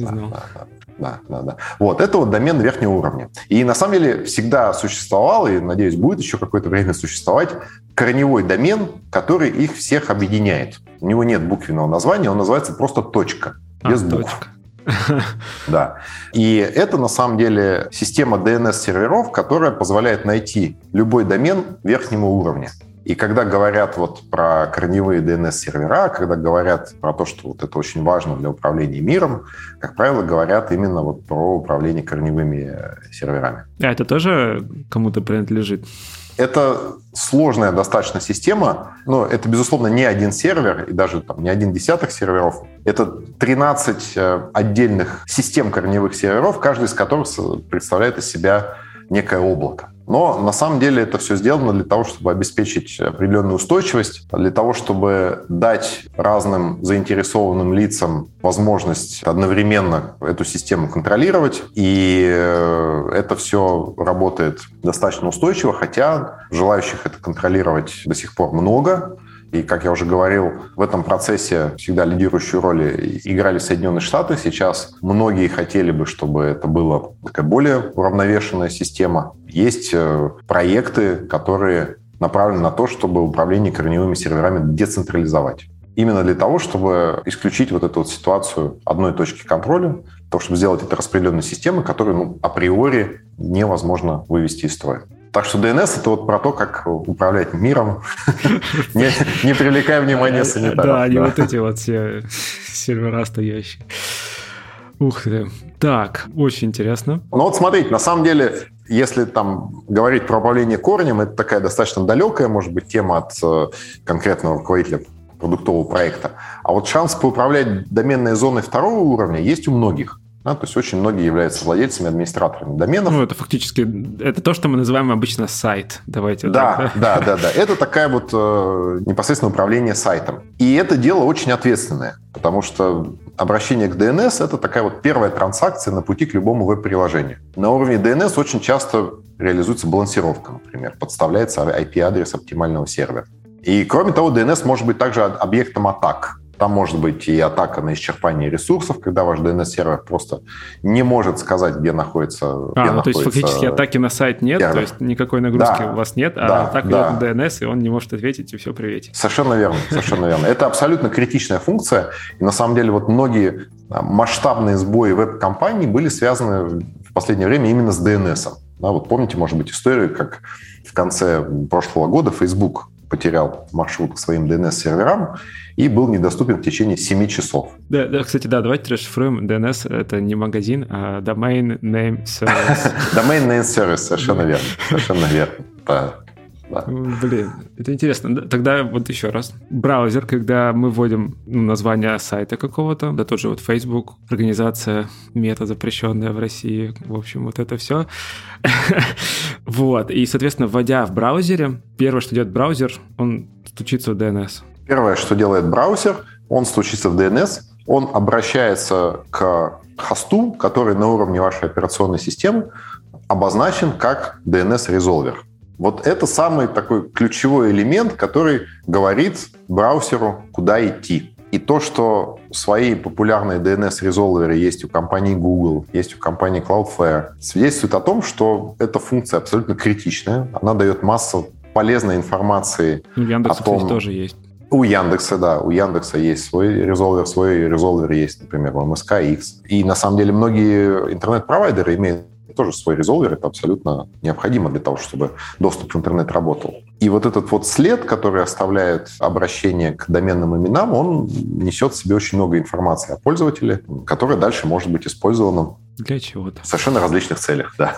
[SPEAKER 1] Вот, это вот домен верхнего уровня. И на самом деле всегда существовал, и, надеюсь, будет еще какое-то время существовать, корневой домен, который их всех объединяет. У него нет буквенного названия, он называется просто точка, без букв. Да. И это на самом деле система DNS-серверов, которая позволяет найти любой домен верхнего уровня. И когда говорят вот про корневые DNS-сервера, когда говорят про то, что вот это очень важно для управления миром, как правило, говорят именно вот про управление корневыми серверами.
[SPEAKER 3] А это тоже кому-то принадлежит?
[SPEAKER 1] Это сложная достаточно система, но это, безусловно, не один сервер и даже не один десяток серверов. Это 13 отдельных систем корневых серверов, каждый из которых представляет из себя некое облако. Но на самом деле это все сделано для того, чтобы обеспечить определенную устойчивость, для того, чтобы дать разным заинтересованным лицам возможность одновременно эту систему контролировать. И это все работает достаточно устойчиво, хотя желающих это контролировать до сих пор много. И, как я уже говорил, в этом процессе всегда лидирующую роль играли Соединенные Штаты. Сейчас многие хотели бы, чтобы это была такая более уравновешенная система. Есть проекты, которые направлены на то, чтобы управление корневыми серверами децентрализовать. Именно для того, чтобы исключить вот эту вот ситуацию одной точки контроля, для того, чтобы сделать это распределенной системой, которую априори невозможно вывести из строя. Так что DNS — это вот про то, как управлять миром, не привлекая внимания санитаров.
[SPEAKER 3] Да, не вот эти вот все сервера стоящие. Ух ты. Так, очень интересно.
[SPEAKER 1] Ну вот смотрите, на самом деле, если там говорить про управление корнем, это такая достаточно далекая, может быть, тема от конкретного руководителя продуктового проекта. А вот шанс поуправлять доменной зоной второго уровня есть у многих. Да, то есть очень многие являются владельцами, администраторами доменов.
[SPEAKER 3] Это фактически это то, что мы называем обычно сайт. Давайте.
[SPEAKER 1] Да. Это такая вот непосредственно управление сайтом. И это дело очень ответственное, потому что обращение к DNS — это такая вот первая транзакция на пути к любому веб-приложению. На уровне DNS очень часто реализуется балансировка, например, подставляется IP-адрес оптимального сервера. И кроме того, DNS может быть также объектом атак. Там может быть и атака на исчерпание ресурсов, когда ваш DNS-сервер просто не может сказать, где находится...
[SPEAKER 3] то есть фактически атаки на сайт нет, сервер. То есть никакой нагрузки у вас нет, атака идет на DNS, и он не может ответить, и все, приветик.
[SPEAKER 1] Совершенно верно. Это абсолютно критичная функция, и на самом деле вот многие масштабные сбои веб-компаний были связаны в последнее время именно с DNS. Да, вот помните, может быть, историю, как в конце прошлого года Facebook потерял маршрут к своим DNS-серверам и был недоступен в течение 7 часов.
[SPEAKER 3] Да, кстати, давайте расшифруем. DNS — это не магазин, а Domain Name Service.
[SPEAKER 1] Domain Name Service, совершенно верно. Да.
[SPEAKER 3] Блин, это интересно. Тогда вот еще раз. Браузер, когда мы вводим название сайта какого-то, да, тот же вот Facebook, организация мета, запрещенная в России, в общем, вот это все. Вот, и, соответственно, вводя в браузере, первое, что делает браузер, он стучится в DNS.
[SPEAKER 1] Первое, что делает браузер, он стучится в DNS, он обращается к хосту, который на уровне вашей операционной системы обозначен как DNS-резолвер. Вот это самый такой ключевой элемент, который говорит браузеру, куда идти. И то, что свои популярные DNS-резолверы есть у компании Google, есть у компании Cloudflare, свидетельствует о том, что эта функция абсолютно критичная. Она дает массу полезной информации.
[SPEAKER 3] У Яндекса, кстати, тоже есть.
[SPEAKER 1] У Яндекса, да. У Яндекса есть свой резолвер есть, например, у MSK-X. И на самом деле многие интернет-провайдеры имеют тоже свой резолвер. Это абсолютно необходимо для того, чтобы доступ в интернет работал. И вот этот вот след, который оставляет обращение к доменным именам, он несет в себе очень много информации о пользователе, которая дальше может быть использована
[SPEAKER 3] для чего-то.
[SPEAKER 1] В совершенно различных целях, да.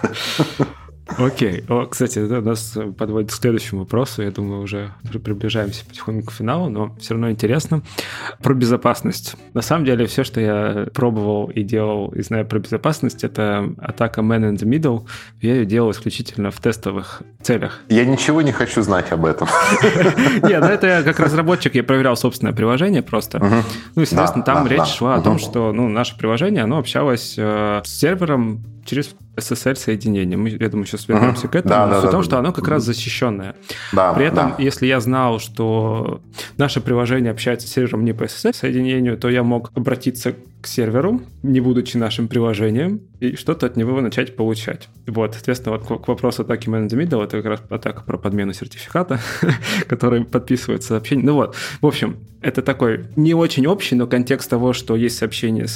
[SPEAKER 3] Окей. Кстати, это нас подводит к следующему вопросу. Я думаю, уже приближаемся потихоньку к финалу, но все равно интересно. Про безопасность. На самом деле, все, что я пробовал и делал, и знаю про безопасность, это атака Man in the Middle. Я ее делал исключительно в тестовых целях.
[SPEAKER 1] Я ничего не хочу знать об этом.
[SPEAKER 3] Нет, ну это я как разработчик, я проверял собственное приложение просто. Ну и, соответственно, там речь шла о том, что наше приложение, оно общалось с сервером через SSL-соединение. Я думаю, сейчас вернемся к этому. Но суть в том, что оно как раз защищенное. При этом, если я знал, что наше приложение общается с сервером не по SSL-соединению, то я мог обратиться к серверу, не будучи нашим приложением, и что-то от него начать получать. Вот, соответственно, вот к вопросу атаки Man in the Middle, это как раз атака про подмену сертификата, который подписывает сообщение. Ну вот, в общем, это такой не очень общий, но контекст того, что есть соединение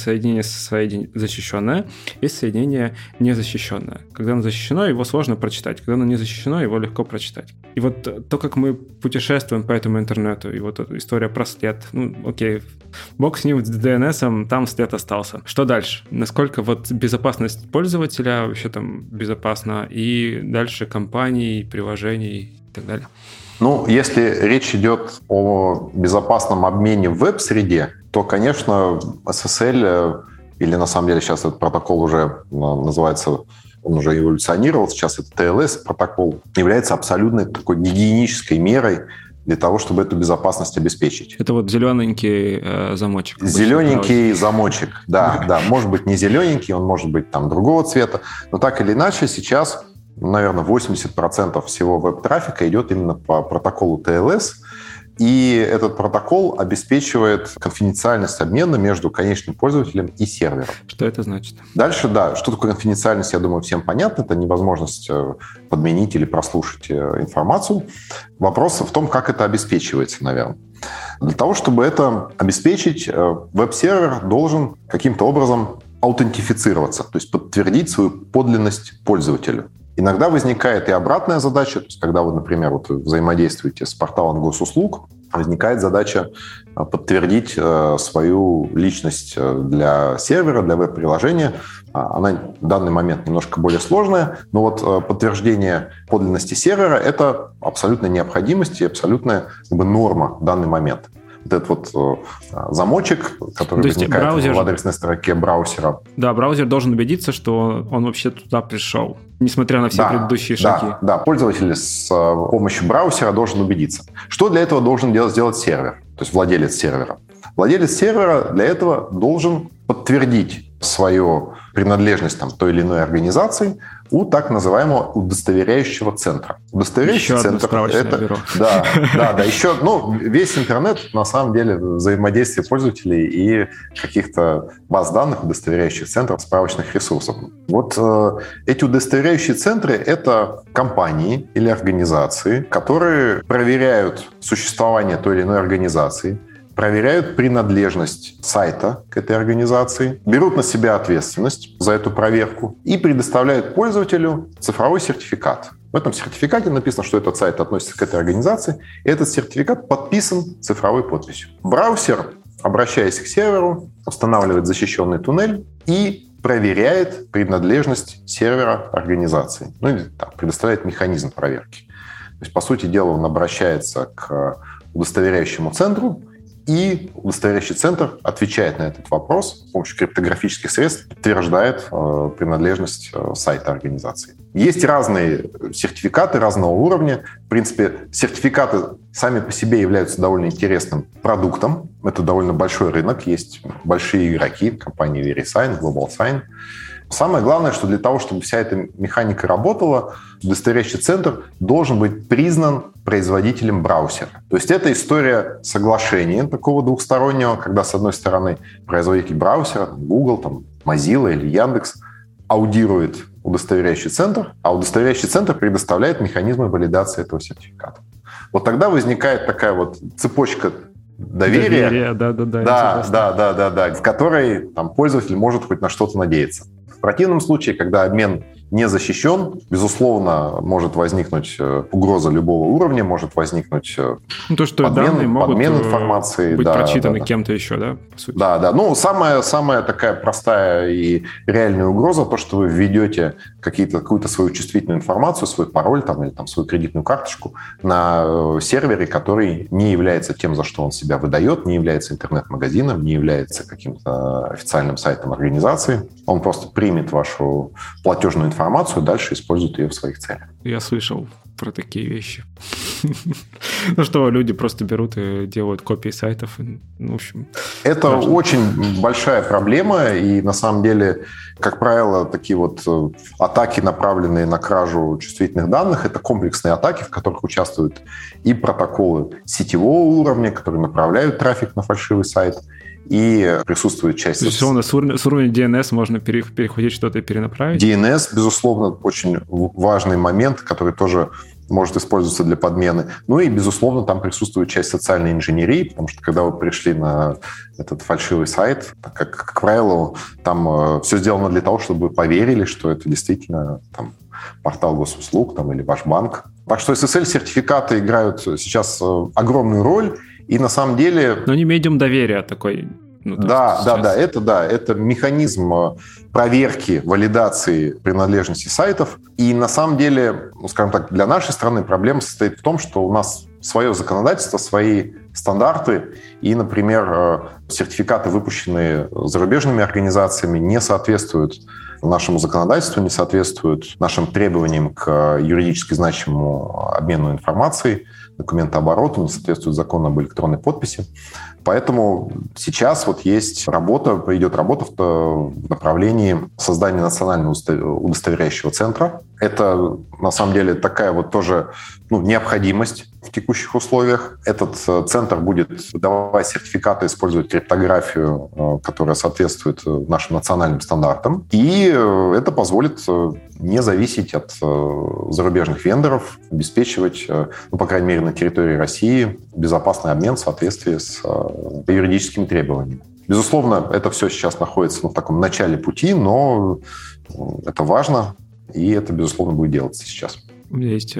[SPEAKER 3] защищенное, есть соединение незащищенное. Когда оно защищено, его сложно прочитать. Когда оно не защищено, его легко прочитать. И вот то, как мы путешествуем по этому интернету, и вот история про след, окей, бог с ним, с DNS, там след остался. Что дальше? Насколько вот безопасность пользователя вообще там безопасна, и дальше компаний, приложений и так далее?
[SPEAKER 1] Ну, если речь идет о безопасном обмене в веб-среде, то, конечно, SSL, или на самом деле сейчас этот протокол уже называется, он уже эволюционировал, сейчас это TLS протокол, является абсолютно такой гигиенической мерой для того, чтобы эту безопасность обеспечить.
[SPEAKER 3] Это вот зелененький замочек.
[SPEAKER 1] Зелененький замочек, да. Может быть, не зелененький, он может быть там другого цвета, но так или иначе сейчас, наверное, 80% всего веб-трафика идет именно по протоколу TLS, и этот протокол обеспечивает конфиденциальность обмена между конечным пользователем и сервером.
[SPEAKER 3] Что это значит?
[SPEAKER 1] Дальше, да, что такое конфиденциальность, я думаю, всем понятно. Это невозможность подменить или прослушать информацию. Вопрос в том, как это обеспечивается, наверное. Для того, чтобы это обеспечить, веб-сервер должен каким-то образом аутентифицироваться, то есть подтвердить свою подлинность пользователю. Иногда возникает и обратная задача, то есть когда вы, например, вот взаимодействуете с порталом госуслуг, возникает задача подтвердить свою личность для сервера, для веб-приложения. Она в данный момент немножко более сложная, но вот подтверждение подлинности сервера – это абсолютная необходимость и абсолютная норма в данный момент. Вот этот вот замочек, который возникает в адресной строке браузера.
[SPEAKER 3] Да, браузер должен убедиться, что он вообще туда пришел, несмотря на все предыдущие шаги.
[SPEAKER 1] Да, пользователь с помощью браузера должен убедиться. Что для этого должен сделать сервер, то есть владелец сервера? Владелец сервера для этого должен подтвердить свою принадлежность той или иной организации у так называемого удостоверяющего центра. Удостоверяющий центр — это
[SPEAKER 3] бюро.
[SPEAKER 1] Да, еще, весь интернет на самом деле взаимодействие пользователей и каких-то баз данных удостоверяющих центров, справочных ресурсов. Вот эти удостоверяющие центры — это компании или организации, которые проверяют существование той или иной организации, проверяют принадлежность сайта к этой организации, берут на себя ответственность за эту проверку и предоставляют пользователю цифровой сертификат. В этом сертификате написано, что этот сайт относится к этой организации, и этот сертификат подписан цифровой подписью. Браузер, обращаясь к серверу, устанавливает защищенный туннель и проверяет принадлежность сервера организации. Или предоставляет механизм проверки. То есть, по сути дела, он обращается к удостоверяющему центру, и удостоверяющий центр отвечает на этот вопрос с помощью криптографических средств, подтверждает принадлежность сайта организации. Есть разные сертификаты разного уровня. В принципе, сертификаты сами по себе являются довольно интересным продуктом. Это довольно большой рынок. Есть большие игроки, компании VeriSign, GlobalSign. Самое главное, что для того, чтобы вся эта механика работала, удостоверяющий центр должен быть признан производителем браузера. То есть это история соглашения такого двухстороннего, когда, с одной стороны, производитель браузера, Google, там, Mozilla или Яндекс, аудирует удостоверяющий центр, а удостоверяющий центр предоставляет механизмы валидации этого сертификата. Вот тогда возникает такая вот цепочка доверия, да, в которой там, пользователь может хоть на что-то надеяться. В противном случае, когда обмен не защищен, безусловно, может возникнуть угроза любого уровня, может возникнуть
[SPEAKER 3] то, что данные могут
[SPEAKER 1] подмен информации.
[SPEAKER 3] Быть прочитаны кем-то еще, да, по сути?
[SPEAKER 1] Да. Ну, самая такая простая и реальная угроза, то, что вы введете какую-то свою чувствительную информацию, свой пароль там, или там, свою кредитную карточку на сервере, который не является тем, за что он себя выдает, не является интернет-магазином, не является каким-то официальным сайтом организации. Он просто примет вашу платежную информацию, дальше используют ее в своих целях.
[SPEAKER 3] Я слышал про такие вещи. Ну что, люди просто берут и делают копии сайтов. В общем,
[SPEAKER 1] это очень большая проблема, и на самом деле, как правило, такие вот атаки, направленные на кражу чувствительных данных, это комплексные атаки, в которых участвуют и протоколы сетевого уровня, которые направляют трафик на фальшивый сайт, и присутствует часть...
[SPEAKER 3] Безусловно, с уровня DNS можно перехватить что-то и перенаправить?
[SPEAKER 1] DNS, безусловно, очень важный момент, который тоже может использоваться для подмены. Ну и, безусловно, там присутствует часть социальной инженерии, потому что когда вы пришли на этот фальшивый сайт, как правило, там все сделано для того, чтобы вы поверили, что это действительно там, портал госуслуг там, или ваш банк. Так что SSL-сертификаты играют сейчас огромную роль, и на самом деле...
[SPEAKER 3] Но не медиум доверия такой.
[SPEAKER 1] Это механизм проверки, валидации принадлежности сайтов. И на самом деле, скажем так, для нашей страны проблема состоит в том, что у нас свое законодательство, свои стандарты, и, например, сертификаты, выпущенные зарубежными организациями, не соответствуют нашему законодательству, не соответствуют нашим требованиям к юридически значимому обмену информацией, документообороту, не соответствует закону об электронной подписи. Поэтому сейчас вот идет работа в направлении создания национального удостоверяющего центра. Это, на самом деле, такая вот тоже необходимость в текущих условиях. Этот центр будет выдавать сертификаты, использовать криптографию, которая соответствует нашим национальным стандартам. И это позволит не зависеть от зарубежных вендоров, обеспечивать, по крайней мере, на территории России безопасный обмен в соответствии с юридическими требованиями. Безусловно, это все сейчас находится в таком начале пути, но это важно, и это, безусловно, будет делаться сейчас.
[SPEAKER 3] У меня есть...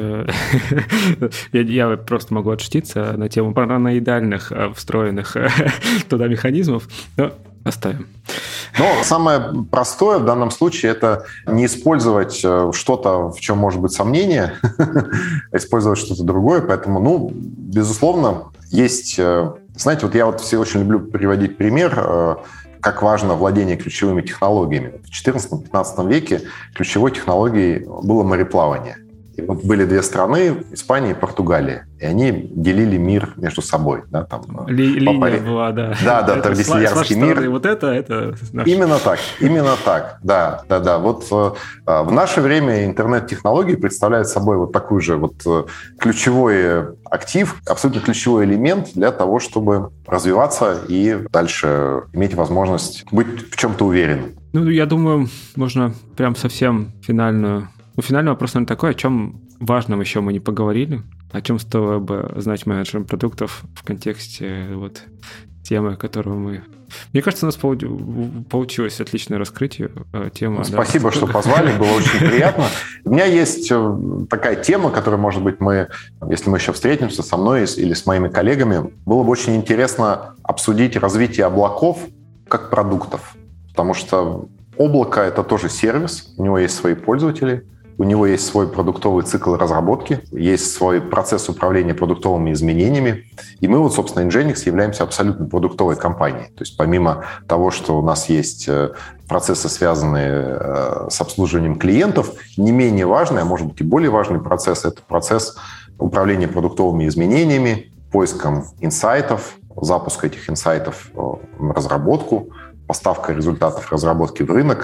[SPEAKER 3] Я просто могу отшутиться на тему параноидальных встроенных туда механизмов, но оставим.
[SPEAKER 1] Но самое простое в данном случае – это не использовать что-то, в чем может быть сомнение, а использовать что-то другое. Поэтому, безусловно, есть... Знаете, вот я все очень люблю приводить пример, как важно владение ключевыми технологиями. В XIV-XV веке ключевой технологией было мореплавание. И вот были две страны, Испания и Португалия, и они делили мир между собой. Да, там,
[SPEAKER 3] линия была, да.
[SPEAKER 1] Да, Тордесельярский мир.
[SPEAKER 3] Вот это наш.
[SPEAKER 1] Именно так, да. Вот в наше время интернет-технологии представляют собой вот такой же вот ключевой актив, абсолютно ключевой элемент для того, чтобы развиваться и дальше иметь возможность быть в чем-то уверенным.
[SPEAKER 3] Я думаю, можно прям совсем финальный вопрос, наверное, такой, о чем важном еще мы не поговорили, о чем стоило бы знать менеджерам продуктов в контексте темы, которую мы... Мне кажется, у нас получилось отличное раскрытие темы.
[SPEAKER 1] Спасибо, что позвали, было очень приятно. У меня есть такая тема, которую, может быть, если мы еще встретимся со мной или с моими коллегами, было бы очень интересно обсудить развитие облаков как продуктов, потому что облако — это тоже сервис, у него есть свои пользователи, у него есть свой продуктовый цикл разработки, есть свой процесс управления продуктовыми изменениями. И мы, собственно, Nginx являемся абсолютно продуктовой компанией. То есть помимо того, что у нас есть процессы, связанные с обслуживанием клиентов, не менее важный, а может быть и более важный процесс — это процесс управления продуктовыми изменениями, поиском инсайтов, запуска этих инсайтов в разработку, поставка результатов разработки в рынок,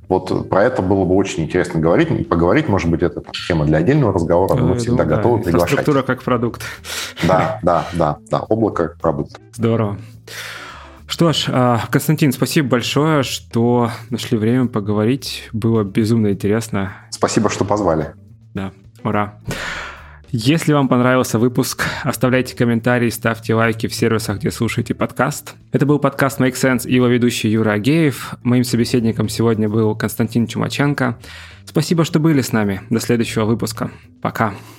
[SPEAKER 1] Вот про это было бы очень интересно поговорить. Может быть, это тема для отдельного разговора, но мы всегда готовы приглашать.
[SPEAKER 3] Инфраструктура как продукт.
[SPEAKER 1] Да. Облако как продукт.
[SPEAKER 3] Здорово. Что ж, Константин, спасибо большое, что нашли время поговорить. Было безумно интересно.
[SPEAKER 1] Спасибо, что позвали.
[SPEAKER 3] Да, ура. Если вам понравился выпуск, оставляйте комментарии, ставьте лайки в сервисах, где слушаете подкаст. Это был подкаст Make Sense и его ведущий Юра Агеев. Моим собеседником сегодня был Константин Чумаченко. Спасибо, что были с нами. До следующего выпуска. Пока.